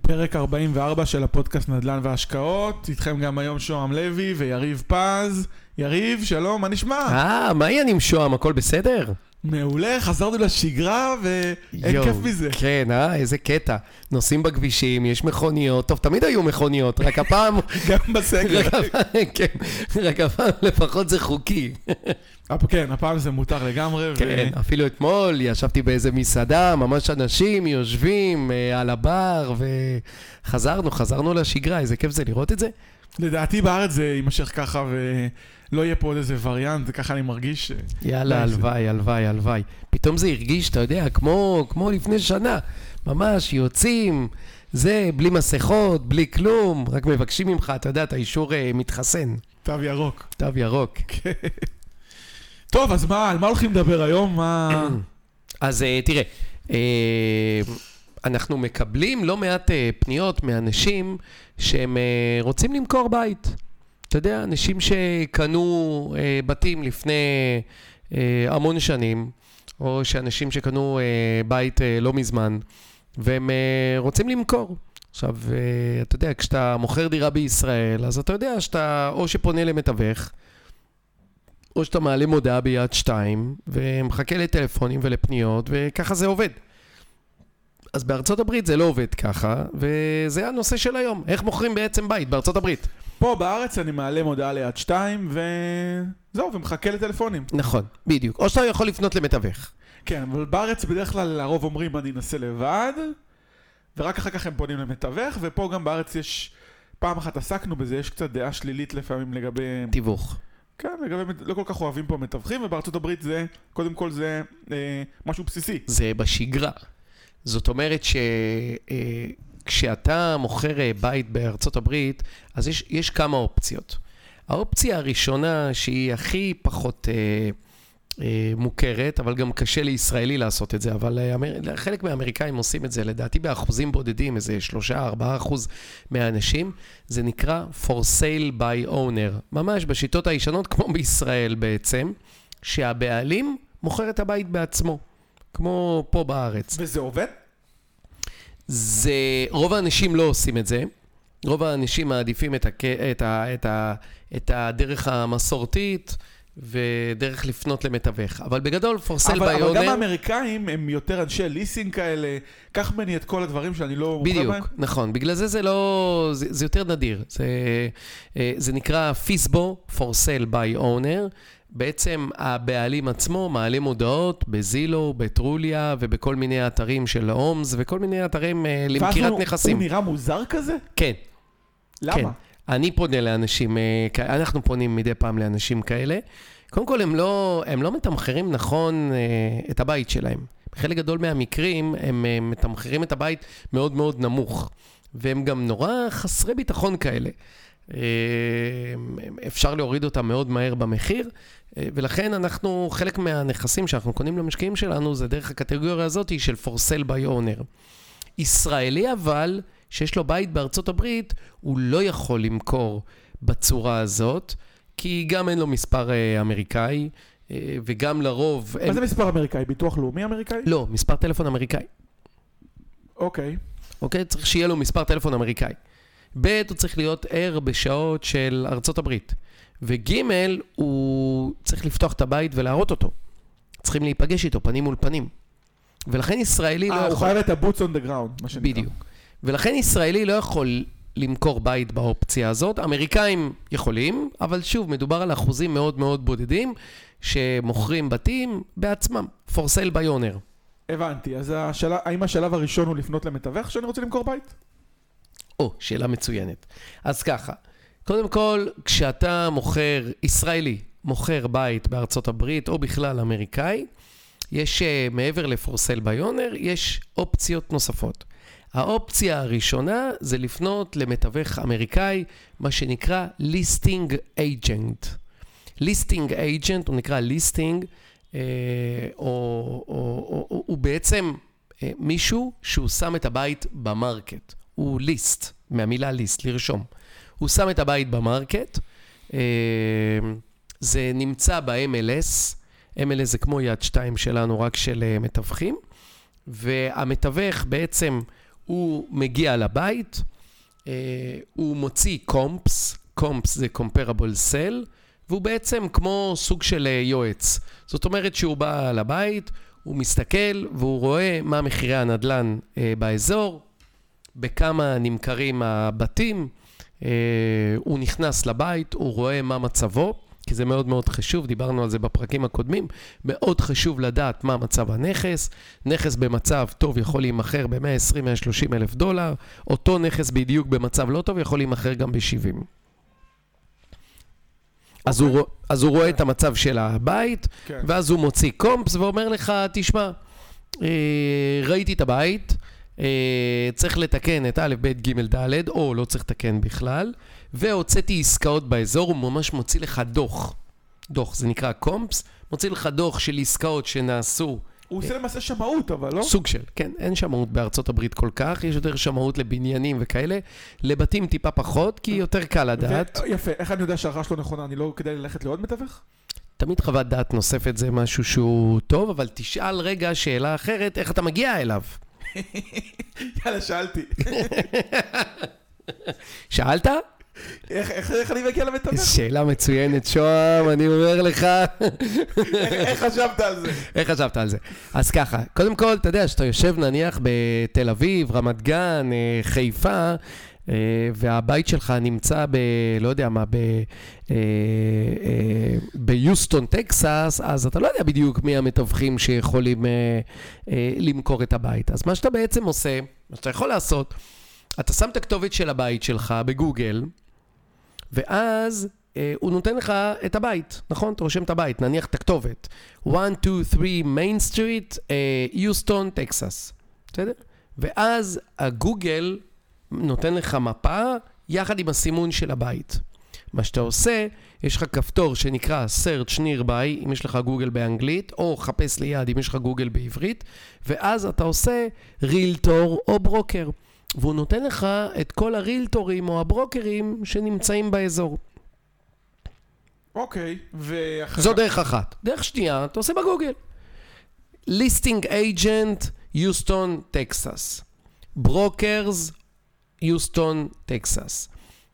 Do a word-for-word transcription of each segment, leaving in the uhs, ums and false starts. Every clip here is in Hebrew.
פרק ארבעים וארבע של הפודקאסט נדל"ן והשקעות, איתכם גם היום שוהם לוי ויריב פז. יריב, שלום, מה נשמע? אה, מה העניינים שוהם, הכל בסדר? מעולה, חזרנו לשגרה ואין כיף מזה. כן, אה, איזה קטע. נוסעים בכבישים, יש מכוניות, טוב, תמיד היו מכוניות, רק הפעם... גם בסגר. כן, רק הפעם לפחות זה חוקי. כן, הפעם זה מותר לגמרי. כן, אפילו אתמול ישבתי באיזה מסעדה, ממש אנשים יושבים על הבר, וחזרנו, חזרנו לשגרה, איזה כיף זה לראות את זה. לדעתי בארץ זה יימשך ככה ולא יהיה פה עוד איזה וריאנט, זה ככה אני מרגיש. יאללה, הלוואי, הלוואי, הלוואי. פתאום זה הרגיש, אתה יודע, כמו, כמו לפני שנה, ממש יוצאים, זה בלי מסכות, בלי כלום, רק מבקשים ממך, אתה יודע, את האישור מתחסן. תו ירוק. תו ירוק. טוב, אז מה, על מה הולכים לדבר היום? מה... אז תראה, אנחנו מקבלים לא מעט פניות מאנשים שהם רוצים למכור בית. אתה יודע, אנשים שקנו בתים לפני המון שנים, או שאנשים שקנו בית לא מזמן, והם רוצים למכור. עכשיו, אתה יודע, כשאתה מוכר דירה בישראל, אז אתה יודע שאתה או שפונה למתווך, או שאתה מעלה מודעה ביד שתיים, ומחכה לטלפונים ולפניות, וככה זה עובד. אז בארצות הברית זה לא עובד ככה, וזה הנושא של היום. איך מוכרים בעצם בית בארצות הברית? פה בארץ אני מעלה מודעה ליד שתיים, וזהו, ומחכה לטלפונים. נכון, בדיוק. או שאתה יכול לפנות למתווך. כן, אבל בארץ בדרך כלל הרוב אומרים אני אנסה לבד, ורק אחר כך הם פונים למתווך, ופה גם בארץ יש, פעם אחת עסקנו בזה, יש קצת דעה שלילית לפעמים לגבי... תיווך. כן, לגבי, לא כל כך אוהבים פה מתווכים, ובארצות הברית זה, קודם כל זה אה, משהו בסיסי. זה בשגרה. זאת אומרת שכשאתה מוכר בית בארצות הברית, אז יש, יש כמה אופציות. האופציה הראשונה שהיא הכי פחות אה, אה, מוכרת, אבל גם קשה לישראלי לעשות את זה, אבל אה, חלק מהאמריקאים עושים את זה, לדעתי באחוזים בודדים, איזה שלושה, ארבעה אחוז מהאנשים, זה נקרא for sale by owner. ממש בשיטות הישנות, כמו בישראל בעצם, שהבעלים מוכר את הבית בעצמו. כמו פה בארץ. וזה עובד? זה, רוב האנשים לא עושים את זה. רוב האנשים מעדיפים את, הק... את, ה... את, ה... את הדרך המסורתית ודרך לפנות למתווך. אבל בגדול, פורסל ביונר... אבל גם האמריקאים הם יותר אנשי ליסינג כאלה, קח ממני את כל הדברים שאני לא... בדיוק, נכון. בגלל זה זה לא... זה, זה יותר נדיר. זה, זה נקרא פיסבו, פורסל ביי אונר. בעצם הבעלים עצמו מעלה מודעות בזילו, בטרוליה ובכל מיני אתרים של הומס וכל מיני אתרים uh, למכירת נכסים. הוא נראה מוזר כזה? כן. למה? כן. אני פונה לאנשים, uh, אנחנו פונים מדי פעם לאנשים כאלה. קודם כל הם לא, הם לא מתמחרים נכון uh, את הבית שלהם. בחלק גדול מהמקרים הם uh, מתמחרים את הבית מאוד מאוד נמוך. והם גם נורא חסרי ביטחון כאלה. אפשר להוריד אותה מאוד מהר במחיר, ולכן אנחנו, חלק מהנכסים שאנחנו קונים למשקיעים שלנו, זה דרך הקטגוריה הזאת של for sale by owner. ישראלי אבל, שיש לו בית בארצות הברית, הוא לא יכול למכור בצורה הזאת, כי גם אין לו מספר אמריקאי, וגם לרוב... מה זה מספר אמריקאי? ביטוח לאומי אמריקאי? לא, מספר טלפון אמריקאי. אוקיי. אוקיי? צריך שיהיה לו מספר טלפון אמריקאי. ב' הוא צריך להיות ער בשעות של ארצות הברית. וג' הוא צריך לפתוח את הבית ולהראות אותו. צריכים להיפגש איתו, פנים מול פנים. ולכן ישראלי לא יכול... הוא חייב את ה-boots on the ground, מה שנקרא. בדיוק. ולכן ישראלי לא יכול למכור בית באופציה הזאת. אמריקאים יכולים, אבל שוב, מדובר על אחוזים מאוד מאוד בודדים, שמוכרים בתים בעצמם. for sale by owner. הבנתי. אז השאלה, האם השלב הראשון הוא לפנות למתווך שאני רוצה למכור בית? או, שאלה מצוינת. אז ככה, קודם כל, כשאתה מוכר, ישראלי, מוכר בית בארצות הברית, או בכלל אמריקאי, יש מעבר לפורסל ביונר, יש אופציות נוספות. האופציה הראשונה זה לפנות למתווך אמריקאי, מה שנקרא ליסטינג אייג'נט. ליסטינג אייג'נט, הוא נקרא ליסטינג, אה, או, או, או, הוא בעצם אה, מישהו שהוא שם את הבית במרקט. הוא ליסט, מהמילה ליסט, לרשום. הוא שם את הבית במרקט, זה נמצא ב-אם אל אס, אם אל אס זה כמו יד שתיים שלנו, רק של מתווכים, והמתווך בעצם הוא מגיע לבית, אה, הוא מוציא קומפס, קומפס זה comparable sell, והוא בעצם כמו סוג של יועץ. זאת אומרת שהוא בא לבית, הוא מסתכל והוא רואה מה מחירי הנדלן אה, באזור, בכמה נמכרים הבתים, אה, הוא נכנס לבית, הוא רואה מה מצבו, כי זה מאוד מאוד חשוב, דיברנו על זה בפרקים הקודמים, מאוד חשוב לדעת מה מצב הנכס, נכס במצב טוב יכול להימחר ב-מאה עשרים עד מאה ושלושים אלף דולר, אותו נכס בדיוק במצב לא טוב יכול להימחר גם ב-שבעים. אז, okay. הוא, אז הוא רואה את המצב של הבית, okay. ואז הוא מוציא קומפס ואומר לך, תשמע, אה, ראיתי את הבית, אה, צריך לתקן את א', ב', ג', ד', או לא צריך לתקן בכלל, והוצאתי עסקאות באזור, הוא ממש מוציא לך דוח, דוח, זה נקרא קומפס, מוציא לך דוח של עסקאות שנעשו. הוא עושה למעשה שמאות, אבל לא? סוג של, כן, אין שמאות בארצות הברית כל כך, יש יותר שמאות לבניינים וכאלה, לבתים טיפה פחות, כי יותר קל לדעת. יפה, איך אני יודע שהערכה שלו נכונה? אני לא כדאי ללכת לעוד מתווך? תמיד חוות דעת נוספת זה משהו שהוא טוב, אבל תשאל רגע שאלה אחרת, איך אתה מגיע אליו? יאללה, שאלתי. שאלת? איך, איך, איך אני מגיע למתווך? שאלה מצוינת, שום, אני אומר לך. איך, איך חשבת על זה? איך חשבת על זה? אז ככה, קודם כל, אתה יודע, שאתה יושב נניח בתל אביב, רמת גן, חיפה, והבית שלך נמצא ב, לא יודע מה, ב, ביוסטון, טקסס, אז אתה לא יודע בדיוק מי המתווכים שיכולים למכור את הבית. אז מה שאתה בעצם עושה, מה שאתה יכול לעשות, אתה שם את הכתובת של הבית שלך בגוגל, ואז אה, הוא נותן לך את הבית, נכון? אתה רושם את הבית, נניח את הכתובת. אחת, שתיים, שלוש Main Street, יוסטון, טקסס. בסדר? ואז הגוגל נותן לך מפה יחד עם הסימון של הבית. מה שאתה עושה, יש לך כפתור שנקרא Search Nearby, אם יש לך גוגל באנגלית, או חפש ליד אם יש לך גוגל בעברית, ואז אתה עושה רילטור או ברוקר. והוא נותן לך את כל הרילטורים או הברוקרים שנמצאים באזור. אוקיי, ואחר... זו דרך אחת. דרך שנייה, אתה עושה בגוגל. Listing Agent, יוסטון, טקסס. Brokers, יוסטון, טקסס.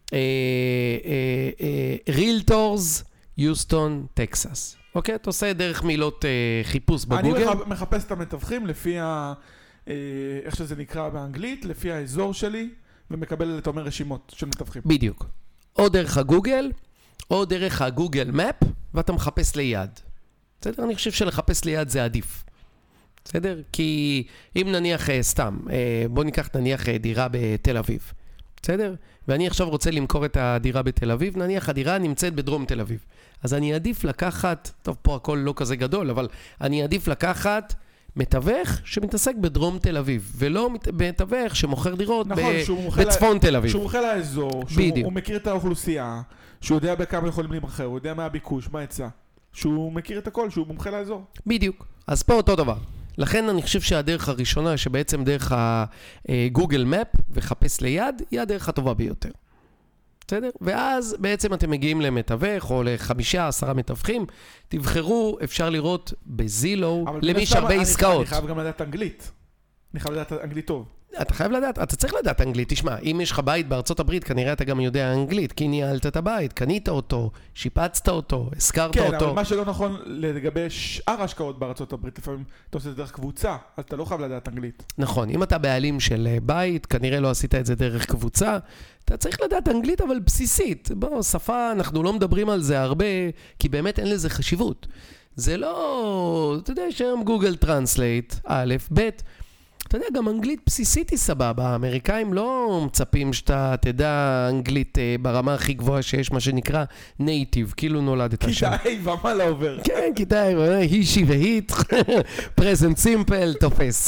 Realtors, יוסטון, טקסס. אוקיי? אתה עושה דרך מילות חיפוש בגוגל. אני מחפש את המתווכים לפי ה... איך שזה נקרא באנגלית, לפי האזור שלי, ומקבל, אתה אומר, רשימות של מתווכים. בדיוק. או דרך הגוגל, או דרך הגוגל מפ, ואתה מחפש ליד. בסדר? אני חושב שלחפש ליד זה עדיף. בסדר? כי אם נניח סתם, בוא ניקח נניח דירה בתל אביב. בסדר? ואני עכשיו רוצה למכור את הדירה בתל אביב, נניח הדירה נמצאת בדרום תל אביב. אז אני עדיף לקחת, טוב, פה הכל לא כזה גדול, אבל אני עדיף לקחת מתווך שמתעסק בדרום תל אביב, ולא מתווך שמוכר דירות נכון, ב... בצפון ל... תל אביב. שהוא מוכר לאזור, שהוא מכיר את האוכלוסייה, שהוא יודע בכמה יכולים להימכר, הוא יודע מה הביקוש, מה היצע, שהוא מכיר את הכל, שהוא מומחה לאזור. בדיוק. אז פה אותו דבר. לכן אני חושב שהדרך הראשונה, שבעצם דרך הגוגל מפ וחפש ליד, היא הדרך הטובה ביותר. בסדר? ואז בעצם אתם מגיעים למתווך או לחמישה, עשרה מתווכים, תבחרו, אפשר לראות בזילו, למי שהרבה עסקאות. אני חייב גם לדעת אנגלית. אני חייב לדעת אנגלית טוב. אתה חייב לדעת, אתה צריך לדעת אנגלית. תשמע, אם יש לך בית בארצות הברית, כנראה אתה גם יודע אנגלית, כי ניהלת את הבית, קנית אותו, שיפצת אותו, הזכרת כן, אותו. כן, אבל מה שלא נכון לגבי שאר השקעות בארצות הברית, לפעמים אתה עושה את זה דרך קבוצה, אז אתה לא חייב לדעת אנגלית. נכון, אם אתה בעלים של בית, כנראה לא עשית את זה דרך קבוצה, אתה צריך לדעת אנגלית, אבל בסיסית. בוא, שפה, אנחנו לא מדברים על זה הרבה, כי באמת אין לזה חשיבות. זה לא, אתה יודע, יש היום גוגל טרנסלייט, א', ב', אתה יודע, גם אנגלית בסיסית היא סבבה. האמריקאים לא מצפים שאתה תדע אנגלית ברמה הכי גבוהה שיש, מה שנקרא נייטיב, כאילו נולדת שם. כיתה ה' ומעלה עובר. כן, כיתה ה', הישי והיט, פרזנט סימפל, תופס.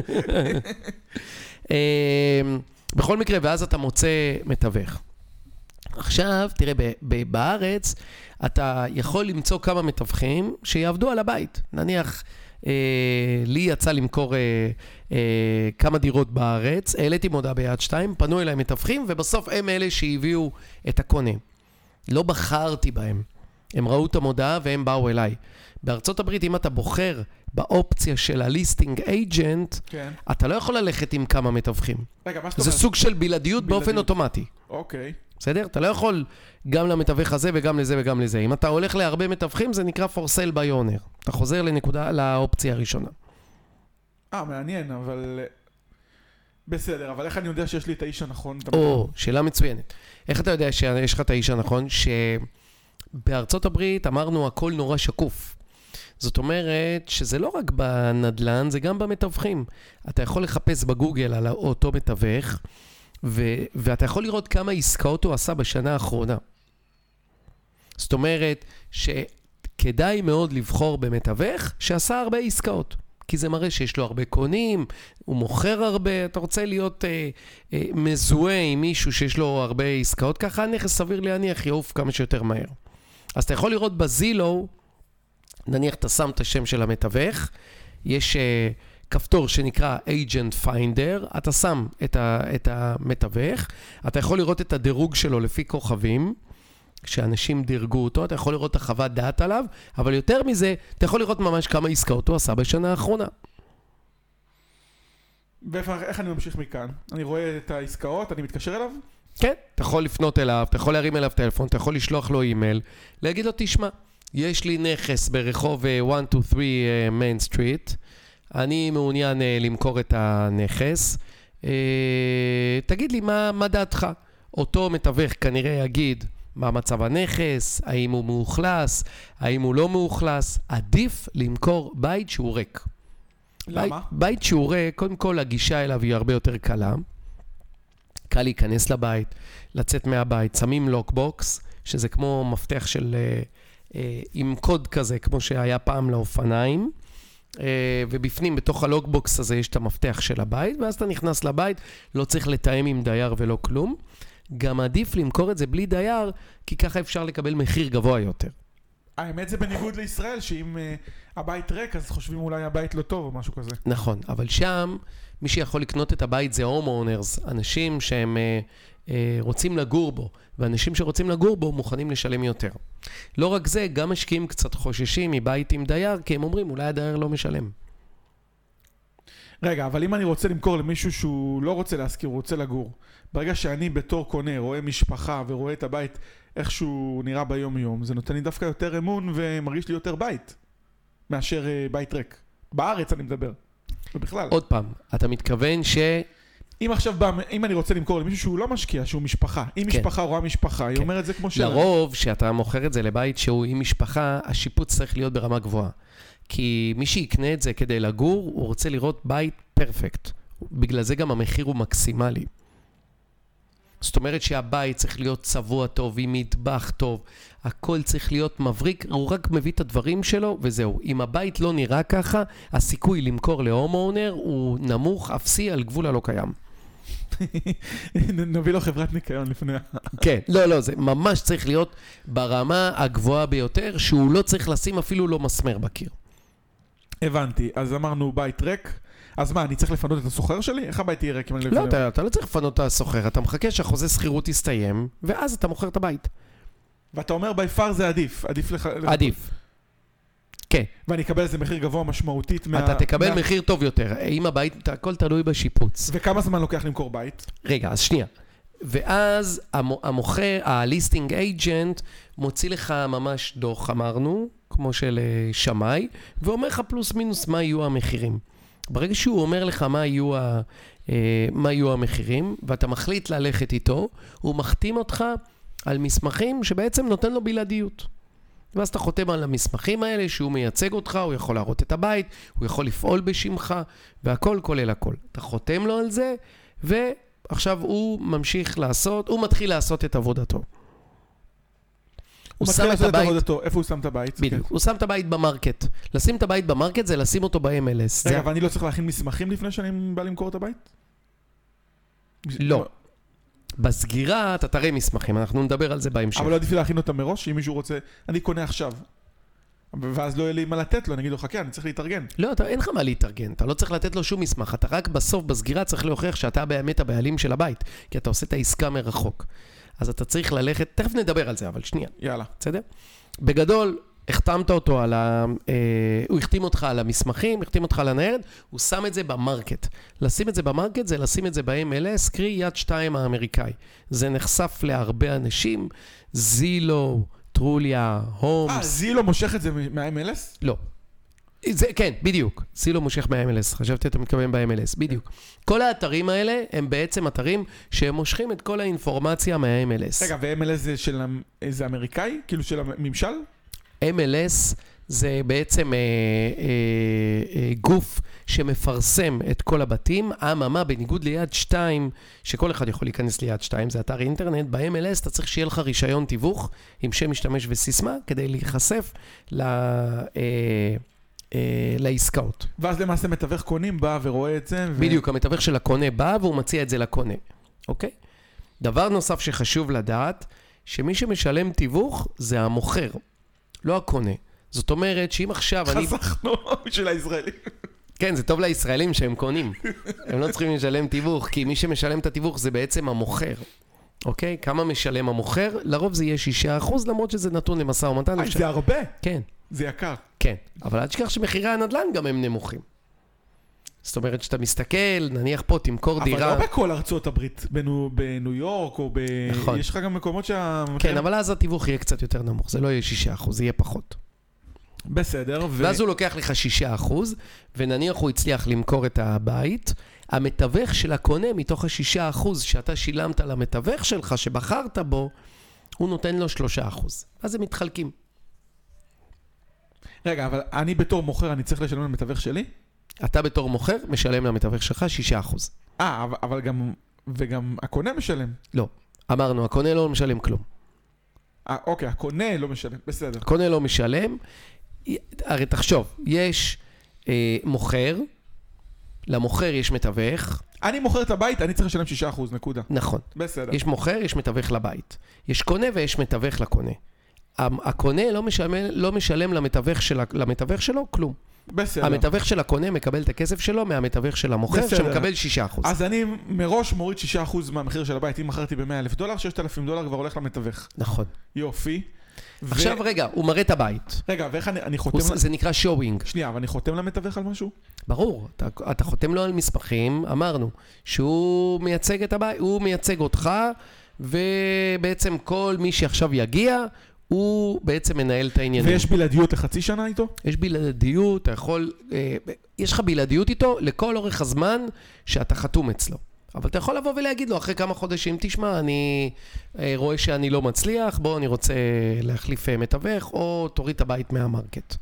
בכל מקרה, ואז אתה מוצא מתווך. עכשיו, תראה, בארץ אתה יכול למצוא כמה מתווכים שיעבדו על הבית. נניח, לי יצא למכור כמה דירות בארץ, העליתי מודעה ביד שתיים, פנו אליי מתווכים, ובסוף הם אלה שהביאו את הקונה. לא בחרתי בהם. הם ראו את המודעה והם באו אליי. בארצות הברית, אם אתה בוחר באופציה של הליסטינג אייג'נט, כן. אתה לא יכול ללכת עם כמה מתווכים. רגע, מה זאת זה אומרת? סוג של בלעדיות באופן בלעדיות. אוטומטי. אוקיי. בסדר? אתה לא יכול גם למתווך הזה וגם לזה וגם לזה. אם אתה הולך להרבה מתווכים, זה נקרא for sale by owner. אתה חוזר לנקודה, לאופציה הראשונה. אה, מעניין, אבל... בסדר, אבל איך אני יודע שיש לי את האיש הנכון? או, שאלה מצוינת. איך אתה יודע שיש לך את האיש הנכון? שבארצות הברית אמרנו הכל נורא שקוף. זאת אומרת שזה לא רק בנדלן, זה גם במתווכים. אתה יכול לחפש בגוגל על אותו מתווך, ו- ואתה יכול לראות כמה עסקאות הוא עשה בשנה האחרונה. זאת אומרת שכדאי מאוד לבחור במתווך שעשה הרבה עסקאות. כי זה מראה שיש לו הרבה קונים, הוא מוכר הרבה, אתה רוצה להיות אה, אה, מזוהה עם מישהו שיש לו הרבה עסקאות, ככה הנכס סביר להניח יעוף כמה שיותר מהר. אז אתה יכול לראות בזילו, נניח אתה שם את השם של המתווך, יש אה, כפתור שנקרא Agent Finder, אתה שם את, ה, את המתווך, אתה יכול לראות את הדירוג שלו לפי כוכבים, כשאנשים דירגו אותו, אתה יכול לראות את החוות דעת עליו, אבל יותר מזה, אתה יכול לראות ממש כמה עסקאות הוא עשה בשנה האחרונה. ואיך אני ממשיך מכאן? אני רואה את העסקאות, אני מתקשר אליו? כן, אתה יכול לפנות אליו, אתה יכול להרים אליו טלפון, אתה יכול לשלוח לו אימייל, להגיד לו, תשמע, יש לי נכס ברחוב אחת, שתיים, שלוש Main Street, אני מעוניין למכור את הנכס, תגיד לי מה, מה דעתך? אותו מתווך כנראה יגיד, מה מצב הנכס, האם הוא מאוכלס, האם הוא לא מאוכלס, עדיף למכור בית שהוא ריק. למה? בית, בית שהוא ריק, קודם כל הגישה אליו היא הרבה יותר קלה, קל להיכנס לבית, לצאת מהבית, שמים לוקבוקס, שזה כמו מפתח של, אה, אה, עם קוד כזה, כמו שהיה פעם לאופניים, אה, ובפנים, בתוך הלוקבוקס הזה, יש את המפתח של הבית, ואז אתה נכנס לבית, לא צריך לתאם עם דייר ולא כלום, גם עדיף למכור את זה בלי דייר, כי ככה אפשר לקבל מחיר גבוה יותר. האמת זה בניגוד לישראל, שאם uh, הבית ריק, אז חושבים אולי הבית לא טוב או משהו כזה. נכון, אבל שם, מי שיכול לקנות את הבית זה homeowners, אנשים שהם uh, uh, רוצים לגור בו, ואנשים שרוצים לגור בו מוכנים לשלם יותר. לא רק זה, גם משקיעים קצת חוששים מבית עם דייר, כי הם אומרים, אולי הדייר לא משלם. רגע, אבל אם אני רוצה למכור למישהו שהוא לא רוצה להשכיר, הוא רוצה לגור, ברגע שאני בתור קונה רואה משפחה ורואה את הבית איך שהוא נראה ביום יום, זה נותן לי דווקא יותר אמון ומרגיש לי יותר בית, מאשר uh, בית ריק. בארץ אני מדבר, ובכלל. עוד פעם, אתה מתכוון ש... אם עכשיו, בא, אם אני רוצה למכור למישהו שהוא לא משקיע, שהוא משפחה, אם כן. משפחה רואה משפחה, היא כן. אומרת זה כמו ש... לרוב, שאתה מוכר את זה לבית שהוא עם משפחה, השיפוץ צריך להיות ברמה גבוהה. כי מי שיקנה את זה כדי לגור, הוא רוצה לראות בית פרפקט. בגלל זה גם המחיר הוא מקסימלי. זאת אומרת שהבית צריך להיות צבוע טוב, עם מטבח טוב, הכל צריך להיות מבריק, הוא רק מביא את הדברים שלו וזהו. אם הבית לא נראה ככה, הסיכוי למכור להומאונר הוא נמוך, אפסי, על גבול הלא קיים. נביא לו חברת ניקיון לפני. כן, לא, לא, זה ממש צריך להיות ברמה הגבוהה ביותר, שהוא לא צריך לשים אפילו לא מסמר בקיר. הבנתי, אז אמרנו בית ריק, אז מה, אני צריך לפנות את הסוחר שלי? איך הבית יהיה ריק אם אני לפנות? לא, אתה, אתה לא צריך לפנות את הסוחר, אתה מחכה שהחוזה שכירות יסתיים, ואז אתה מוכר את הבית. ואתה אומר ביפר זה עדיף, עדיף לך... עדיף. כן. ואני אקבל איזה מחיר גבוה משמעותית מה... אתה תקבל מה... מחיר טוב יותר, אם הבית, הכל תלוי בשיפוץ. וכמה זמן לוקח למכור בית? רגע, אז שנייה. ואז המוכר, הליסטינג אייג'נט, מוציא לך ממש דוח, אמרנו, כמו של שמאי, ואומר לך פלוס מינוס מה יהיו המחירים. ברגע שהוא אומר לך מה יהיו, ה, מה יהיו המחירים, ואתה מחליט ללכת איתו, הוא מחתים אותך על מסמכים שבעצם נותן לו בלעדיות. ואז אתה חותם על המסמכים האלה, שהוא מייצג אותך, הוא יכול להראות את הבית, הוא יכול לפעול בשמך, והכל כולל הכל. אתה חותם לו על זה, ועכשיו הוא ממשיך לעשות, הוא מתחיל לעשות את עבודתו. הוא מתחיל לעשות את עבודתו, איפה הוא שם את הבית? בדיוק, הוא שם את הבית במרקט. לשים את הבית במרקט זה לשים אותו ב-אם אל אס. רגע, ואני לא צריך להכין מסמכים לפני שאני בא למכור את הבית? לא. בסגירה אתה תראה מסמכים, אנחנו נדבר על זה בהמשך. אבל לא עדיף להכין אותם מראש, אם מישהו רוצה, אני קונה עכשיו. ואז לא יהיה לי מה לתת לו, אני אגיד לו, חכה, אני צריך להתארגן. לא, אתה, אין לך מה להתארגן, אתה לא צריך לתת לו שום מסמך, אתה רק בסוף בסגירה צריך להוכיח שאתה באמת הבעלים של הבית, כי אתה עושה את העסקה מרחוק. אז אתה צריך ללכת, תכף נדבר על זה, אבל שנייה. יאללה. בסדר? בגדול, החתמת אותו על ה... אה, הוא החתים אותך על המסמכים, החתים אותך על הניירת, הוא שם את זה במרקט. לשים את זה במרקט זה לשים את זה ב-אם אל אס, קרי יד שתיים האמריקאי. זה נחשף להרבה אנשים, זילו, טרוליה, הומס. אה, זילו מושך את זה מה-אם אל אס? לא. זה, כן, בדיוק. זילו מושך מה-אם אל אס. חשבתי אתה מתכוון ב-אם אל אס, בדיוק. כל האתרים האלה הם בעצם אתרים שהם מושכים את כל האינפורמציה מה-אם אל אס. רגע, ו-אם אל אס זה של איזה אמריקאי? כאילו של הממשל? אם אל אס זה בעצם אה, אה, אה, גוף שמפרסם את כל הבתים, אממה, בניגוד ליד שתיים, שכל אחד יכול להיכנס ליד שתיים, זה אתר אינטרנט, ב-אם אל אס אתה צריך שיהיה לך רישיון תיווך עם שם משתמש וסיסמה, כדי להיחשף ל, אה, אה, לעסקאות. ואז למעשה מתווך קונים בא ורואה את זה. ו... בדיוק, המתווך של הקונה בא והוא מציע את זה לקונה, אוקיי? דבר נוסף שחשוב לדעת, שמי שמשלם תיווך זה המוכר. לא הקונה. זאת אומרת שאם עכשיו אני... חסכנו של הישראלים. כן, זה טוב לישראלים שהם קונים. הם לא צריכים לשלם תיווך, כי מי שמשלם את התיווך זה בעצם המוכר. אוקיי? כמה משלם המוכר? לרוב זה יהיה שישה אחוז, למרות שזה נתון למשא ומתן. אה, זה הרבה? כן. זה יקר. כן. אבל אל תשכח שמחירי הנדל"ן גם הם נמוכים. זאת אומרת שאתה מסתכל, נניח פה תמכור דירה... אבל לא בכל ארצות הברית, בניו, בניו יורק או ב... נכון. יש לך גם מקומות שה... כן, אבל אז התיווך יהיה קצת יותר נמוך, זה לא יהיה שישה אחוז, זה יהיה פחות. בסדר, ו... ואז הוא לוקח לך שישה אחוז, ונניח הוא הצליח למכור את הבית, המתווך של הקונה מתוך ה-שישה אחוז שאתה שילמת למתווך שלך, שבחרת בו, הוא נותן לו שלושה אחוז. אז הם מתחלקים. רגע, אבל אני בתור מוכר, אני צריך לשלם למתווך שלי? אתה בתור מוכר משלם למתווך שלך שישה אחוז. אה, אבל גם, וגם הקונה משלם. לא. אמרנו, הקונה לא משלם כלום. אה, אוקיי, הקונה לא משלם, בסדר. הקונה לא משלם. הרי תחשוב, יש אה, מוכר, למוכר יש מתווך. אני מוכר את הבית, אני צריך לשלם שישה אחוז, נקודה. נכון. בסדר. יש מוכר, יש מתווך לבית. יש קונה ויש מתווך לקונה. הקונה לא משלם, לא משלם למתווך, של, למתווך שלו כלום. בסדר. המתווך של הקונה מקבל את הכסף שלו מהמתווך של המוכר, בסדר. שמקבל שישה אחוז. אז אני מראש מוריד שישה אחוז מהמחיר של הבית. אם מכרתי ב-מאה אלף דולר, שישת אלפים דולר כבר הולך למתווך. נכון. יופי. עכשיו ו... רגע, הוא מראה את הבית. רגע, ואיך אני, אני חותם... הוא, זה נקרא שואינג. שנייה, אבל אני חותם למתווך על משהו? ברור, אתה, אתה חותם לו על מסמכים, אמרנו, שהוא מייצג את הבית, הוא מייצג אותך, ובעצם כל מי שעכשיו יגיע, הוא בעצם מנהל את העניינים. ויש בלעדיות לחצי שנה איתו? יש בלעדיות, אתה יכול, אה, יש לך בלעדיות איתו לכל אורך הזמן שאתה חתום אצלו. אבל אתה יכול לבוא ולהגיד לו, אחרי כמה חודשים, תשמע, אני אה, רואה שאני לא מצליח, בוא, אני רוצה להחליף מתווך, או תוריד את הבית מהמרקט.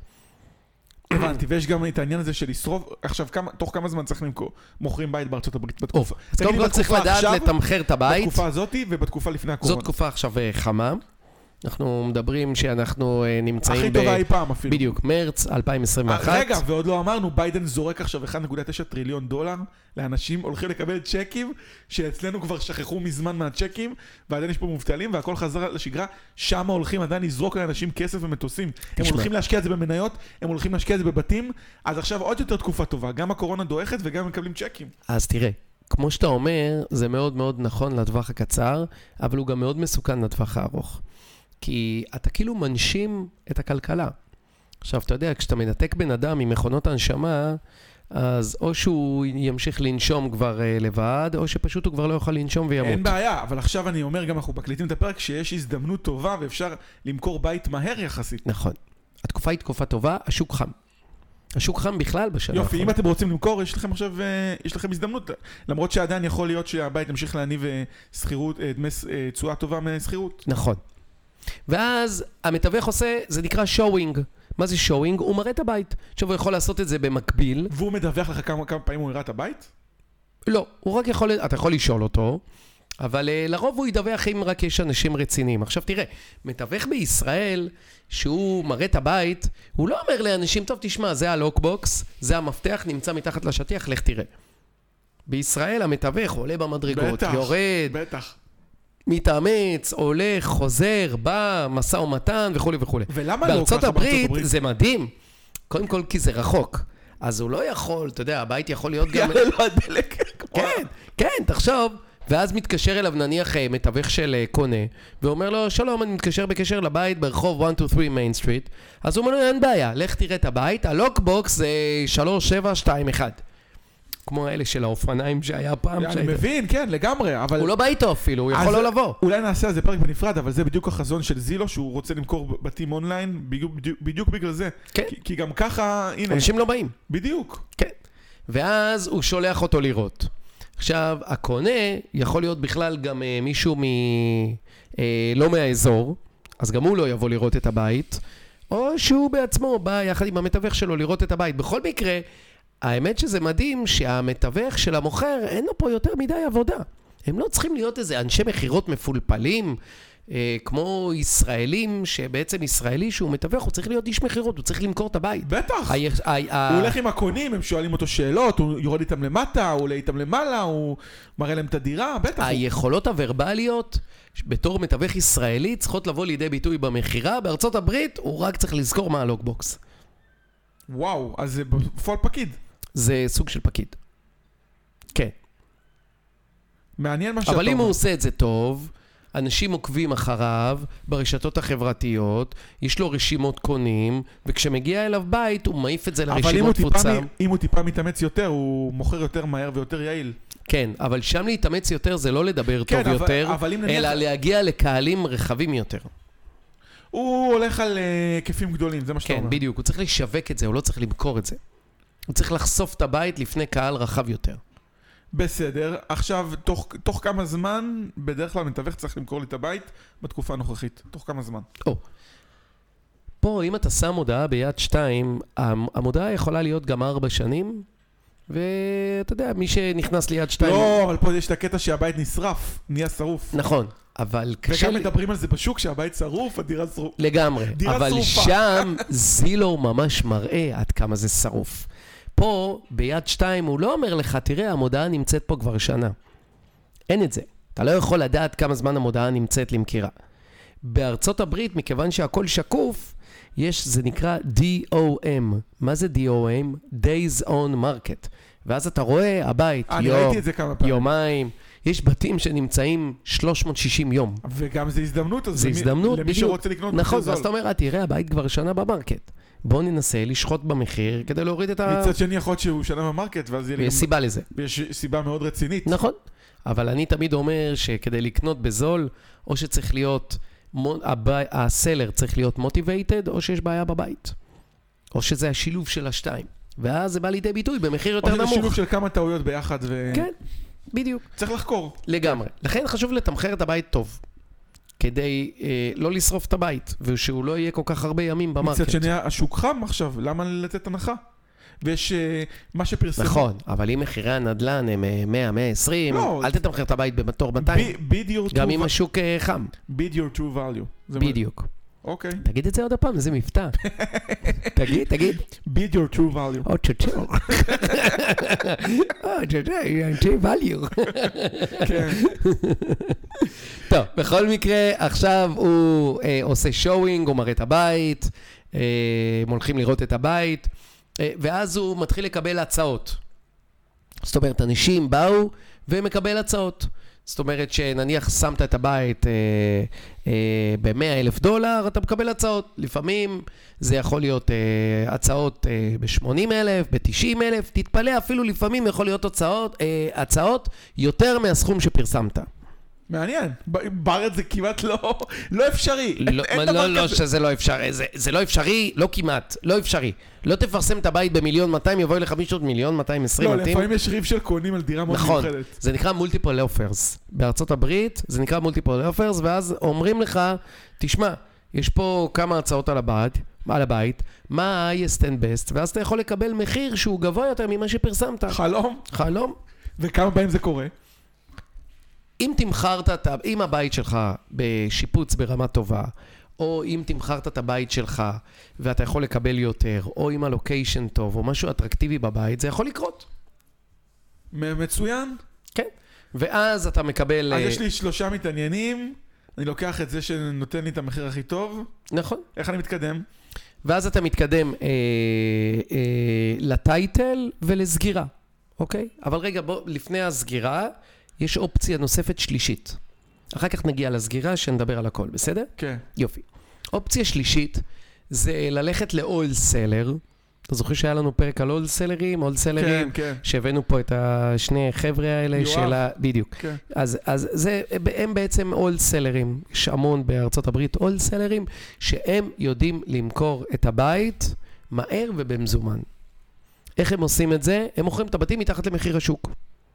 הבנתי, ויש גם את העניין הזה של לשרוף, עכשיו, כמה, תוך כמה זמן צריך למכור, מוכרים בית בארצות הברית בתקופה. אז קודם כל צריך לדעת לתמחר את הבית. בתקופה הזאת ובתקופה לפני הקורונה. זאת תקופה עכשיו חמה. אנחנו מדברים שאנחנו נמצאים הכי טובה אי פעם אפילו. בדיוק, מרץ אלפיים עשרים ואחת. רגע, ועוד לא אמרנו, ביידן זורק עכשיו אחד נקודה תשע טריליון דולר לאנשים, הולכים לקבל צ'קים, שאצלנו כבר שכחו מזמן מהצ'קים, ועדיין יש פה מובטלים, והכל חזר לשגרה, שם הולכים עדיין לזרוק לאנשים כסף ומטוסים. הם הולכים להשקיע את זה במניות, הם הולכים להשקיע את זה בבתים, אז עכשיו עוד יותר תקופה טובה, גם הקורונה דועכת וגם מקבלים צ'קים. אז תראה, כמו שאתה אומר, זה מאוד מאוד נכון לטווח הקצר, אבל הוא גם מאוד מסוכן לטווח הארוך. כי אתה כאילו מנשים את הכלכלה. עכשיו, אתה יודע, כשאתה מנתק בן אדם ממכונות הנשמה, אז או שהוא ימשיך לנשום כבר uh, לבד, או שפשוט הוא כבר לא יוכל לנשום וימות. אין בעיה, אבל עכשיו אני אומר, גם אנחנו מקליטים את הפרק, שיש הזדמנות טובה ואפשר למכור בית מהר יחסית. נכון. התקופה היא תקופה טובה, השוק חם. השוק חם בכלל בשנה. יופי, אם אתם רוצים למכור, יש לכם עכשיו, יש לכם הזדמנות. למרות שעדיין יכול להיות שהבית ימשיך להניב שכירות, תשואה טובה משכירות. נכון. ואז המתווך עושה, זה נקרא שואינג. מה זה שואינג? הוא מראה את הבית. עכשיו הוא יכול לעשות את זה במקביל. והוא מדווח לך כמה, כמה פעמים הוא הראה את הבית? לא, הוא רק יכול, אתה יכול לשאול אותו, אבל uh, לרוב הוא ידווח אם רק יש אנשים רציניים. עכשיו תראה, מתווך בישראל, שהוא מראה את הבית, הוא לא אומר לאנשים, טוב תשמע, זה הלוקבוקס, זה המפתח, נמצא מתחת לשטיח, לך תראה. בישראל המתווך עולה במדרגות, בטח, יורד. בטח. מתאמץ, הולך, חוזר, בא, מסע ומתן וכו' וכו'. ולמה לא בארצות ככה הברית בארצות הברית? זה מדהים. קודם כל כי זה רחוק. אז הוא לא יכול, אתה יודע, הבית יכול להיות גם... יאללה, לא הדלק. כן, כן, תחשוב. ואז מתקשר אליו נניח מתווך של קונה, ואומר לו, שלום, אני מתקשר בקשר לבית ברחוב אחת, שתיים, שלוש מיין סטריט, אז הוא אומר לו, אין בעיה, לך תראה את הבית, הלוקבוקס זה שלוש שבע שתיים אחת. כמו האלה של האופניים שהיה פעם. אני מבין, כן, לגמרי, אבל... הוא לא בא איתו אפילו, הוא יכול לא לבוא. אולי נעשה על זה פרק בנפרד, אבל זה בדיוק החזון של זילו, שהוא רוצה למכור בתים אונליין, בדיוק בגלל זה. כן. כי גם ככה, הנה... אנשים לא באים. בדיוק. כן. ואז הוא שולח אותו לראות. עכשיו, הקונה יכול להיות בכלל גם אה, מישהו מ... אה, לא מהאזור, אז גם הוא לא יבוא לראות את הבית, או שהוא בעצמו בא יחד עם המתווך שלו לראות את הבית. בכל מקרה, האמת שזה מדהים שהמתווך של המוכר אין לו פה יותר מדי עבודה. הם לא צריכים להיות איזה אנשי מחירות מפולפלים, אה, כמו ישראלים, שבעצם ישראלי שהוא מתווך, הוא צריך להיות איש מחירות, הוא צריך למכור את הבית. בטח. ה- ה- ה- הוא הולך עם הקונים, הם שואלים אותו שאלות, הוא יורד איתם למטה, הוא עולה איתם למעלה, הוא מראה להם את הדירה, בטח. היכולות הוורבליות, בתור מתווך ישראלי, צריכות לבוא לידי ביטוי במחירה. בארצות הברית, הוא רק צריך לזכור מה הלוקבוקס. וואו, אז זה בפועל פקיד. זה סוג של פקיד. כן. מעניין מה שאתה אומר. אבל אם הוא עושה את זה טוב, אנשים עוקבים אחריו ברשתות החברתיות, יש לו רשימות קונים, וכשמגיע אליו בית, הוא מעיף את זה לרשימות תפוצה. אבל אם הוא טיפה מתאמץ יותר, הוא מוכר יותר מהר ויותר יעיל. כן, אבל שם להתאמץ יותר זה לא לדבר טוב יותר, אלא להגיע לקהלים רחבים יותר. הוא הולך על היקפים גדולים, זה מה שאתה אומר. כן, בדיוק, הוא צריך לשווק את זה, הוא לא צריך למכור את זה. הוא צריך לחשוף את הבית לפני קהל רחב יותר. בסדר, עכשיו, תוך, תוך כמה זמן, בדרך כלל מתווך צריך למכור לי את הבית בתקופה הנוכחית. תוך כמה זמן? או. פה, אם אתה שם מודעה ביד שתיים, המודעה יכולה להיות גם ארבע שנים, ואתה יודע, מי שנכנס ליד שתיים... לא, אבל פה יש את הקטע שהבית נשרף, נהיה שרוף. נכון, אבל... וגם מדברים על זה בשוק, שהבית שרוף, הדירה שרוף. לגמרי, אבל שם זילו ממש מראה עד כמה זה שרוף. פה, ביד שתיים, הוא לא אומר לך, תראה, המודעה נמצאת פה כבר שנה. אין את זה. אתה לא יכול לדעת כמה זמן המודעה נמצאת למכירה. בארצות הברית, מכיוון שהכל שקוף, יש, זה נקרא די או אם. מה זה די או אם? Days on Market. ואז אתה רואה, הבית, אני יום, ראיתי את זה כמה פעמים. יומיים. יש בתים שנמצאים שלוש מאות ושישים יום. וגם זה הזדמנות, אז זה למי, הזדמנות, למי בדיוק. שרוצה לקנות נכון, מחיר אז אתה זול. אומר, תראה, הבית כבר שנה במרקט. בוא ננסה לשחוט במחיר כדי להוריד את ה... מצד שני יכול להיות שהוא שנה במרקט, ואז יהיה לי יש גם... סיבה לזה. יש סיבה מאוד רצינית. נכון. אבל אני תמיד אומר שכדי לקנות בזול, או שצריך להיות, הסלר צריך להיות motivated, או שיש בעיה בבית. או שזה השילוב של השתיים. ואז זה בא לידי ביטוי במחיר יותר נמוך. או שזה שילוב של כמה טעויות ביחד ו... כן, בדיוק. צריך לחקור. לגמרי. לכן חשוב לתמחר את הבית טוב. כדי אה, לא לשרוף את הבית, ושהוא לא יהיה כל כך הרבה ימים במרקט. מצד שני, השוק חם עכשיו, למה לתת הנחה? ויש אה, מה שפרסמו... נכון, אבל אם מחירי הנדל"ן הם מאה עד מאה ועשרים, לא, אל תתמחר את הבית בתור מאתיים. bid your גם true אם va- השוק אה, חם. bid your true value. זה בדיוק. אוקיי. תגיד את זה עוד הפעם, איזה מבטא. תגיד, תגיד. bid your true value. עוד שצ'ר. עוד שצ'ר, true value. כן. טוב, בכל מקרה, עכשיו הוא אה, עושה שואינג, הוא מראה את הבית, אה, הם הולכים לראות את הבית, אה, ואז הוא מתחיל לקבל הצעות. זאת אומרת, אנשים באו ומקבל הצעות. זאת אומרת שנניח שמת את הבית אה, אה, ב-מאה אלף דולר, אתה מקבל הצעות. לפעמים זה יכול להיות אה, הצעות אה, ב-שמונים אלף, ב-תשעים אלף, תתפלא, אפילו לפעמים יכול להיות הצעות, אה, הצעות יותר מהסכום שפרסמת. מעניין. בארץ זה כמעט לא, לא אפשרי. לא, אין לא, דבר לא כזה. שזה לא אפשרי, זה, זה לא אפשרי, לא כמעט, לא אפשרי. לא תפרסם את הבית במיליון מאתיים, יבואי לך מישהו מיליון מאתיים עשרים. לא, לפעמים יש ריב של קונים על דירה מאוד נכון, מיוחדת. זה נקרא multiple offers. בארצות הברית זה נקרא multiple offers, ואז אומרים לך, תשמע, יש פה כמה הצעות על הבית, על הבית, מה ה-highest and best, ואז אתה יכול לקבל מחיר שהוא גבוה יותר ממה שפרסמת. חלום. חלום. וכמה פעמים זה קורה? אם תמחרת, אם הבית שלך בשיפוץ ברמה טובה, או אם תמחרת את הבית שלך ואתה יכול לקבל יותר, או אם הלוקיישן טוב, או משהו אטרקטיבי בבית, זה יכול לקרות. מצוין. כן. ואז אתה מקבל... אז יש לי שלושה מתעניינים, אני לוקח את זה שנותן לי את המחיר הכי טוב. נכון. איך אני מתקדם? ואז אתה מתקדם אה, אה, לטייטל ולסגירה, אוקיי? אבל רגע, בוא, לפני הסגירה, יש אופציה נוספת שלישית. אחר כך נגיע לסגירה שנדבר על הכל, בסדר? כן. יופי. אופציה שלישית זה ללכת ל-all seller. אתה זוכר שהיה לנו פרק על all sellers, all sellers, כן, כן. שהבאנו פה את השני חבר'ה האלה יואב. של ה... בדיוק. כן. אז, אז זה, הם בעצם all sellers, יש המון בארצות הברית all sellers, שהם יודעים למכור את הבית מהר ובמזומן. איך הם עושים את זה? הם מוכרים את הבתים מתחת למחיר השוק.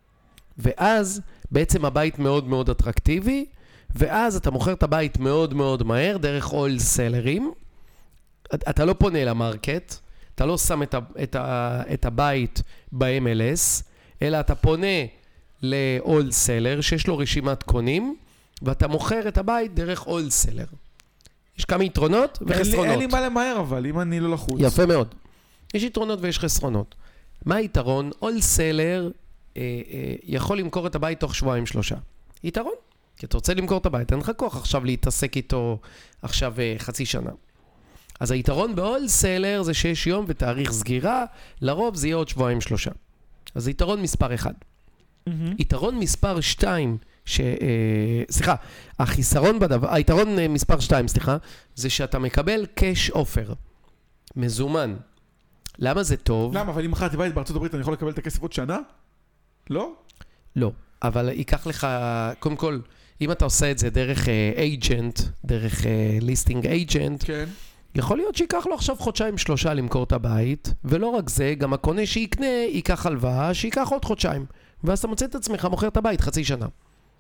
ואז בעצם הבית מאוד מאוד אטרקטיבי, ואז אתה מוכר את הבית מאוד מאוד מהר דרך all sellers. אתה לא פונה למרקט, אתה לא שם את, ה, את, ה, את הבית ב-אם אל אס, אלא אתה פונה ל-all seller שיש לו רשימת קונים, ואתה מוכר את הבית דרך all seller. יש כמה יתרונות וחסרונות. אין לי, אין לי מה למהר אבל, אם אני לא לחוץ. יפה מאוד. יש יתרונות ויש חסרונות. מה היתרון? all seller אה, אה, יכול למכור את הבית תוך שבועיים שלושה. יתרון. כי אתה רוצה למכור את הבית, אין לך כוח עכשיו להתעסק איתו עכשיו אה, חצי שנה. אז היתרון ב-all seller זה שיש יום ותאריך סגירה, לרוב זה יהיה עוד שבועיים שלושה. אז זה יתרון מספר אחד. Mm-hmm. יתרון מספר שתיים, ש... אה, סליחה, החיסרון בדבר, היתרון אה, מספר שתיים, סליחה, זה שאתה מקבל cash offer, מזומן. למה זה טוב? למה? אבל אם מכרתי בית בארצות הברית אני יכול לקבל את הכסף עוד שנה? לא? לא, אבל ייקח לך, קודם כל, אם אתה עושה את זה דרך agent, דרך ליסטינג agent, כן. יכול להיות שיקח לו עכשיו חודשיים שלושה למכור את הבית, ולא רק זה, גם הקונה שיקנה, ייקח הלוואה, שיקח עוד חודשיים. ואז אתה מוצא את עצמך, מוכר את הבית חצי שנה.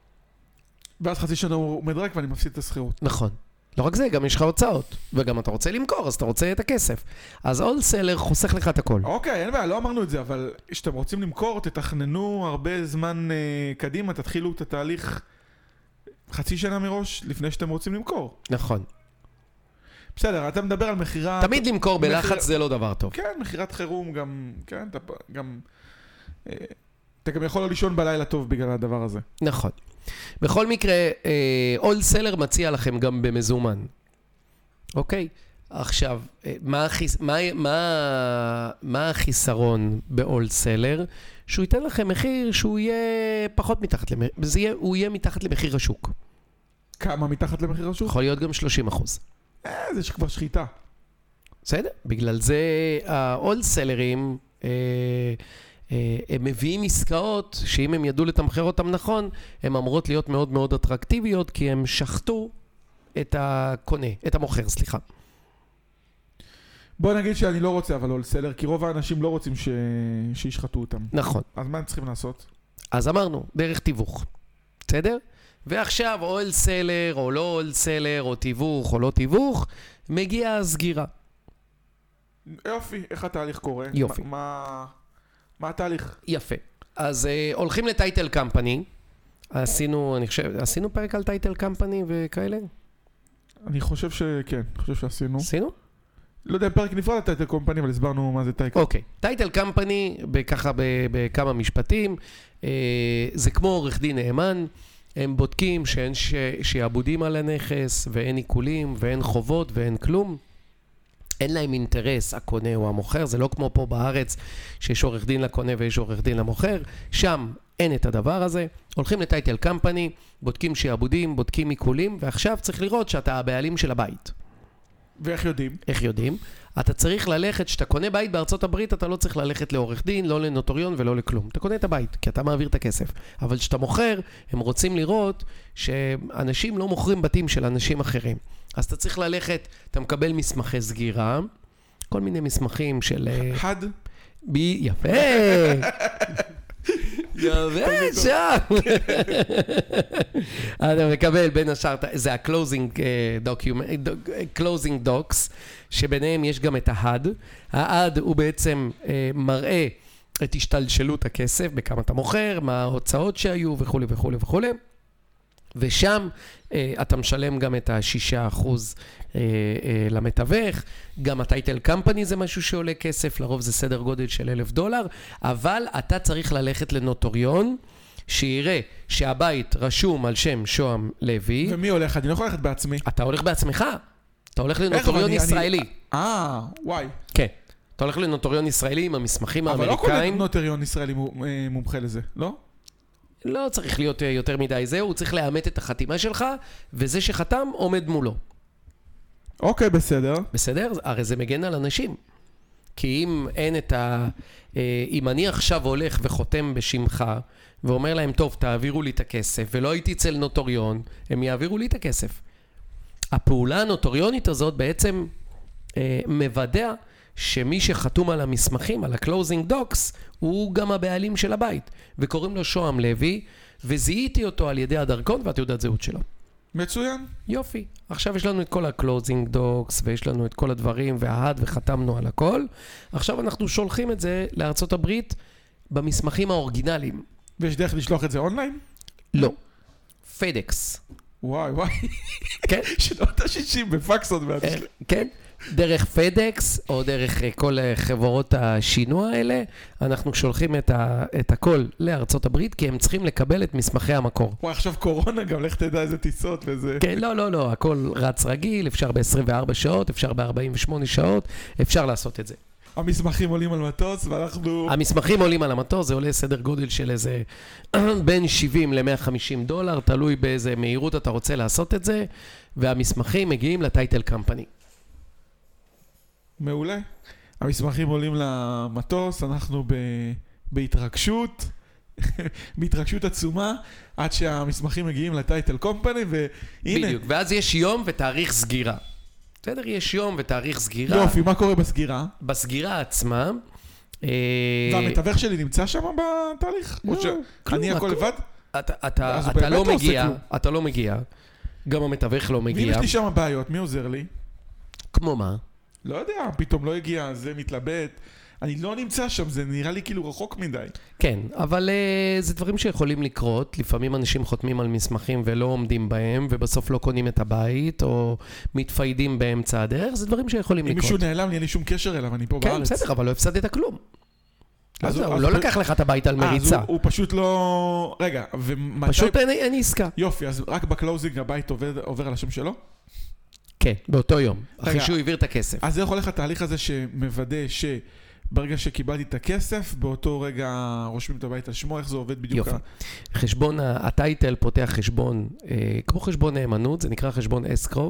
ואז חצי שנה הוא מדרק ואני מפסיד את השכירות. נכון. לא רק זה, גם יש לך הוצאות. וגם אתה רוצה למכור, אז אתה רוצה את הכסף. אז all seller חוסך לך את הכל. אוקיי, אין בעיה, לא אמרנו את זה, אבל כשאתם רוצים למכור, תתכננו הרבה זמן אה, קדימה, תתחילו את התהליך חצי שנה מראש, לפני שאתם רוצים למכור. נכון. בסדר, אתה מדבר על מחירה... תמיד למכור בלחץ מחיר... זה לא דבר טוב. כן, מחירת חירום גם... כן, אתה גם... אה, אתה גם יכול לישון בלילה טוב בגלל הדבר הזה. נכון. בכל מקרה, all seller מציע לכם גם במזומן. אוקיי? עכשיו, מה, החיס... מה, מה, מה החיסרון ב-all seller? שהוא ייתן לכם מחיר שהוא יהיה פחות מתחת למחיר, יהיה, הוא יהיה מתחת למחיר השוק. כמה מתחת למחיר השוק? יכול להיות גם שלושים אחוז. אה, זה שכבר שחיטה. בסדר? בגלל זה ה-all seller'ים... אה, הם מביאים עסקאות שאם הם ידעו לתמחר אותם נכון, הן אמורות להיות מאוד מאוד אטרקטיביות, כי הם שחטו את הקונה, את המוכר, סליחה. בוא נגיד שאני לא רוצה אבל all seller, כי רוב האנשים לא רוצים ש... שישחטו אותם. נכון. אז מה הם צריכים לעשות? אז אמרנו, דרך תיווך. בסדר? ועכשיו all seller או לא all seller, או תיווך או לא תיווך, מגיעה הסגירה. יופי, איך התהליך קורה? יופי. מה... מה התהליך? יפה. אז uh, הולכים לטייטל קמפני. עשינו, אני חושב, עשינו פרק על טייטל קמפני וכאלה? אני חושב שכן, אני חושב שעשינו. עשינו? לא יודע, פרק נפרד על טייטל קמפני, אבל הסברנו מה זה טייטל. אוקיי. טייטל קמפני, ככה בכמה משפטים, זה כמו עורך דין נאמן, הם בודקים שאין שיעבודים על הנכס, ואין עיקולים, ואין חובות, ואין כלום. אין להם אינטרס, הקונה או המוכר, זה לא כמו פה בארץ, שיש עורך דין לקונה ויש עורך דין למוכר, שם אין את הדבר הזה, הולכים לטייטל קמפני, בודקים שיעבודים, בודקים עיקולים, ועכשיו צריך לראות שאתה הבעלים של הבית. ואיך יודעים? איך יודעים? אתה צריך ללכת, שאתה קונה בית בארצות הברית, אתה לא צריך ללכת לעורך דין, לא לנוטריון ולא לכלום. אתה קונה את הבית, כי אתה מעביר את הכסף. אבל כשאתה מוכר, הם רוצים לראות שאנשים לא מוכרים בתים של אנשים אחרים. אז אתה צריך ללכת, אתה מקבל מסמכי סגירה, כל מיני מסמכים של... חד? בי, יפה! יפה, שם! אתה מקבל בין השאר, זה ה-closing docs, שביניהם יש גם את ה-הד. ה-הד הוא בעצם מראה את השתלשלות הכסף, בכמה אתה מוכר, מה ההוצאות שהיו וכו' וכו' וכו'. ושם אתה משלם גם את ה-שישה אחוז למתווך, גם הטייטל קמפני זה משהו שעולה כסף, לרוב זה סדר גודל של אלף דולר, אבל אתה צריך ללכת לנוטריון, שיראה שהבית רשום על שם שוהם לוי. ומי הולך? אני לא יכול ללכת בעצמי. אתה הולך בעצמך, אתה הולך לנוטריון ישראלי. אה, וואי. כן, אתה הולך לנוטריון ישראלי עם המסמכים האמריקאים. אבל לא כל נוטריון ישראלי מומחה לזה, לא? לא צריך להיות יותר מדי זהו, הוא צריך לאמת את החתימה שלך, וזה שחתם עומד מולו. אוקיי, בסדר. בסדר? הרי זה מגן על אנשים. כי אם אין את ה... אם אני עכשיו הולך וחותם בשמך, ואומר להם, טוב, תעבירו לי את הכסף, ולא הייתי אצל נוטוריון, הם יעבירו לי את הכסף. הפעולה הנוטוריונית הזאת בעצם אה, מוודא שמי שחתום על המסמכים, על ה-closing docs, הוא גם הבעלים של הבית. וקוראים לו שוהם לוי, וזיהיתי אותו על ידי הדרכון והתעודת זהות שלו. מצוין. יופי. עכשיו יש לנו את כל ה-closing docs, ויש לנו את כל הדברים, וההד, וחתמנו על הכל. עכשיו אנחנו שולחים את זה לארצות הברית במסמכים האורגינליים. ויש דרך לשלוח את זה אונליין? לא. פדקס. וואי, וואי. כן? שנות ה-שישים בפקס עוד מעט. כן? דרך פדקס, או דרך כל חברות השינוע האלה, אנחנו שולחים את, ה, את הכל לארצות הברית, כי הם צריכים לקבל את מסמכי המקור. וואי, עכשיו קורונה גם, לך תדע איזה טיסות וזה... כן, לא, לא, לא, הכל רץ רגיל, אפשר ב-עשרים וארבע שעות, אפשר ב-ארבעים ושמונה שעות, אפשר לעשות את זה. המסמכים עולים על מטוס, ואנחנו... המסמכים עולים על המטוס, זה עולה סדר גודל של איזה בין שבעים ל-מאה וחמישים דולר, תלוי באיזה מהירות אתה רוצה לעשות את זה, והמסמכים מגיעים לטייטל קמפני. מעולה. המסמכים עולים למטוס, אנחנו ב... בהתרגשות, בהתרגשות עצומה, עד שהמסמכים מגיעים לטייטל קומפני, והנה... בדיוק, ואז יש יום ותאריך סגירה. בסדר, יש יום ותאריך סגירה. יופי, מה קורה בסגירה? בסגירה עצמה... והמתווך שלי נמצא שם בתהליך? לא, כלום. אני הכל לבד? אתה לא מגיע, אתה לא מגיע. גם המתווך לא מגיע. ואם יש לי שם בעיות, מי עוזר לי? כמו מה? לא יודע, פתאום לא הגיע, זה מתלבט. אני לא נמצא שם, זה נראה לי כאילו רחוק מדי. כן, אבל uh, זה דברים שיכולים לקרות. לפעמים אנשים חותמים על מסמכים ולא עומדים בהם, ובסוף לא קונים את הבית, או מתפיידים באמצע הדרך. זה דברים שיכולים אם לקרות. אם מישהו נעלם לי, אין לי שום קשר אליו, אני פה כן, בארץ. כן, בסדר, אבל לא הפסדת כלום. אז הוא, הוא, הוא אז לא הוא לקח לך את הבית על אה, מריצה. הוא, הוא פשוט לא... רגע, ומתי... פשוט אין, אין עסקה. יופי, אז רק בקלוזינג הבית עובר, עובר על השם שלו? כן, באותו יום. רגע, אחרי שהוא העביר את הכסף. אז איך הולך התהליך הזה שמוודא ש... ברגע שקיבלתי את הכסף, באותו רגע רושמים את הבית על שמו, איך זה עובד בדיוק? יופי. חשבון, הטייטל פותח חשבון, אה, כמו חשבון נאמנות, זה נקרא חשבון אסקרו,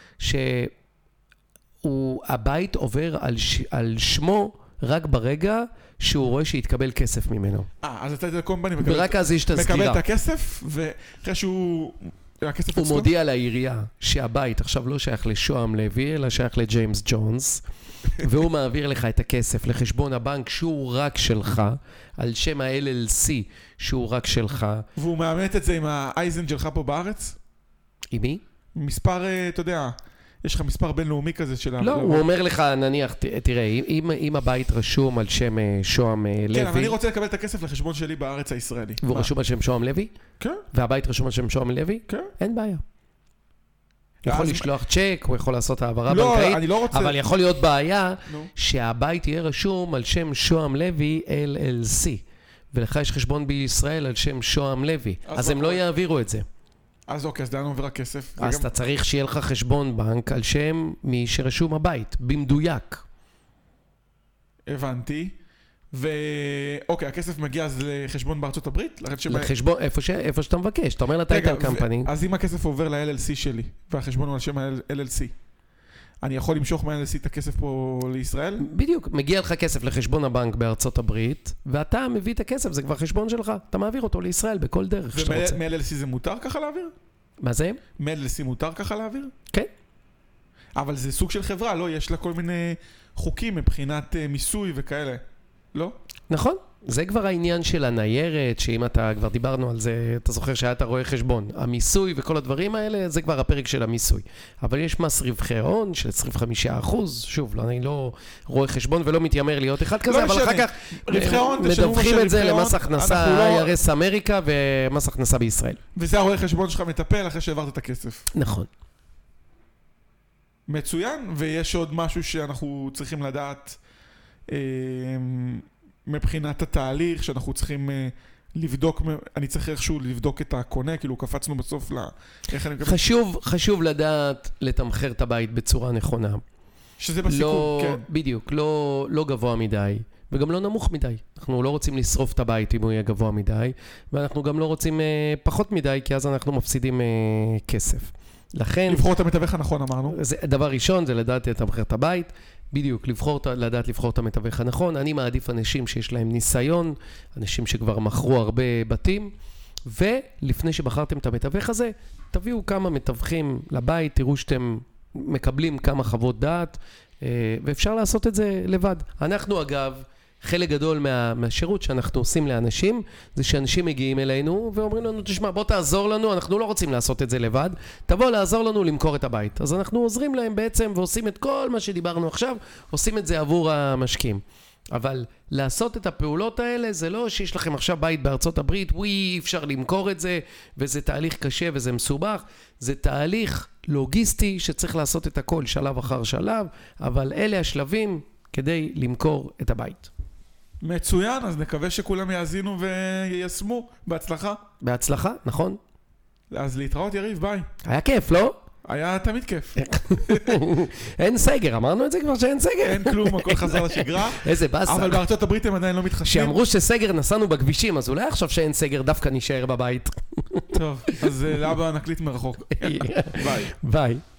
שהבית עובר על, ש, על שמו רק ברגע שהוא רואה שהתקבל כסף ממנו. אה, אז הטייטל קומפני מקבל, ורק אז יש את הסגירה. מקבל את הכסף, ואחרי שהוא... הכסף הוא אצלו? מודיע לעירייה שהבית עכשיו לא שייך לשוהם לוי, אלא שייך לג'יימס ג'ונס, והוא מעביר לך את הכסף לחשבון הבנק שהוא רק שלך, על שם ה-אל אל סי שהוא רק שלך. והוא מאמת את זה עם האייזן שלך פה בארץ? עם מי? מספר, אתה יודע, יש לך מספר בינלאומי כזה של... לא, הוא אומר לך, נניח, תראה, אם, אם הבית רשום על שם שוהם לוי... כן, אבל אני רוצה לקבל את הכסף לחשבון שלי בארץ הישראלי. והוא רשום על שם שוהם לוי? כן. והבית רשום על שם שוהם לוי? כן. אין בעיה. הוא יכול לשלוח צ'ק, הוא יכול לעשות העברה לא, בנקאית, אני לא רוצה... אבל יכול להיות בעיה נו. שהבית יהיה רשום על שם שוהם לוי אל אל סי, ולך יש חשבון בישראל על שם שוהם לוי, אז, אז הם לא יעבירו את זה. אז אוקיי, אז לאן עובר הכסף? אז וגם... אתה צריך שיהיה לך חשבון בנק על שם מי שרשום הבית, במדויק. הבנתי. ואוקיי, הכסף מגיע אז לחשבון בארצות הברית? לחשבון, איפה, ש... איפה שאתה מבקש, אתה אומר לטייטל קמפני. ו... אז אם הכסף עובר ל-אל אל סי שלי, והחשבון הוא על שם ה-אל אל סי, אני יכול למשוך מה-אל אל סי את הכסף פה לישראל? בדיוק, מגיע לך כסף לחשבון הבנק בארצות הברית, ואתה מביא את הכסף, זה כבר חשבון שלך, אתה מעביר אותו לישראל בכל דרך שאתה רוצה. ומ-אל אל סי זה מותר ככה להעביר? מה זה? מ-אל אל סי מותר ככה להעביר? כן. אבל זה סוג של חברה, לא? יש לה כל מיני חוקים מבחינת מיסוי וכאלה. לא? נכון, זה כבר העניין של הניירת, שאם אתה, כבר דיברנו על זה, אתה זוכר שהיה אתה רואה חשבון. המיסוי וכל הדברים האלה, זה כבר הפרק של המיסוי. אבל יש מס רווחי הון של עשרים וחמישה אחוז, שוב, לא, אני לא רואה חשבון ולא מתיימר להיות אחד כזה, לא אבל אחר כך מדווחים את זה למס הכנסה, איי אר אס אמריקה ומס הכנסה בישראל. וזה הרואה חשבון שלך מטפל אחרי שהעברת את הכסף. נכון. מצוין, ויש עוד משהו שאנחנו צריכים לדעת מבחינת התהליך, שאנחנו צריכים לבדוק, אני צריך איכשהו לבדוק את הקונה, כאילו קפצנו בסוף ל... חשוב, חשוב לדעת לתמחר את הבית בצורה נכונה. שזה בסיכום, לא, כן. בדיוק, לא, לא גבוה מדי וגם לא נמוך מדי. אנחנו לא רוצים לשרוף את הבית אם הוא יהיה גבוה מדי, ואנחנו גם לא רוצים אה, פחות מדי, כי אז אנחנו מפסידים אה, כסף. לכן... לבחור את המתווך הנכון, אמרנו. זה, דבר ראשון זה לדעת לתמחר את הבית, בדיוק, לבחור, לדעת לבחור את המתווך הנכון. אני מעדיף אנשים שיש להם ניסיון, אנשים שכבר מכרו הרבה בתים, ולפני שבחרתם את המתווך הזה, תביאו כמה מתווכים לבית, תראו שאתם מקבלים כמה חוות דעת, ואפשר לעשות את זה לבד. אנחנו אגב, חלק גדול מה, מהשירות שאנחנו עושים לאנשים, זה שאנשים מגיעים אלינו ואומרים לנו, תשמע, בוא תעזור לנו, אנחנו לא רוצים לעשות את זה לבד, תבוא לעזור לנו למכור את הבית. אז אנחנו עוזרים להם בעצם ועושים את כל מה שדיברנו עכשיו, עושים את זה עבור המשקיעים. אבל לעשות את הפעולות האלה, זה לא שיש לכם עכשיו בית בארצות הברית, וואי, אפשר למכור את זה, וזה תהליך קשה וזה מסובך, זה תהליך לוגיסטי שצריך לעשות את הכל שלב אחר שלב, אבל אלה השלבים כדי למכור את הבית. מצוין, אז נקווה שכולם יאזינו ויישמו. בהצלחה. בהצלחה, נכון. אז להתראות יריב, ביי. היה כיף, לא? היה תמיד כיף. אין סגר, אמרנו את זה כבר שאין סגר. אין כלום, הכל חזר לשגרה. איזה באסה. אבל בארצות הברית הם עדיין לא מתחשבים. שאמרו שסגר נסענו בכבישים, אז אולי עכשיו שאין סגר דווקא נשאר בבית. טוב, אז לאבא נקליט מרחוק. ביי. ביי.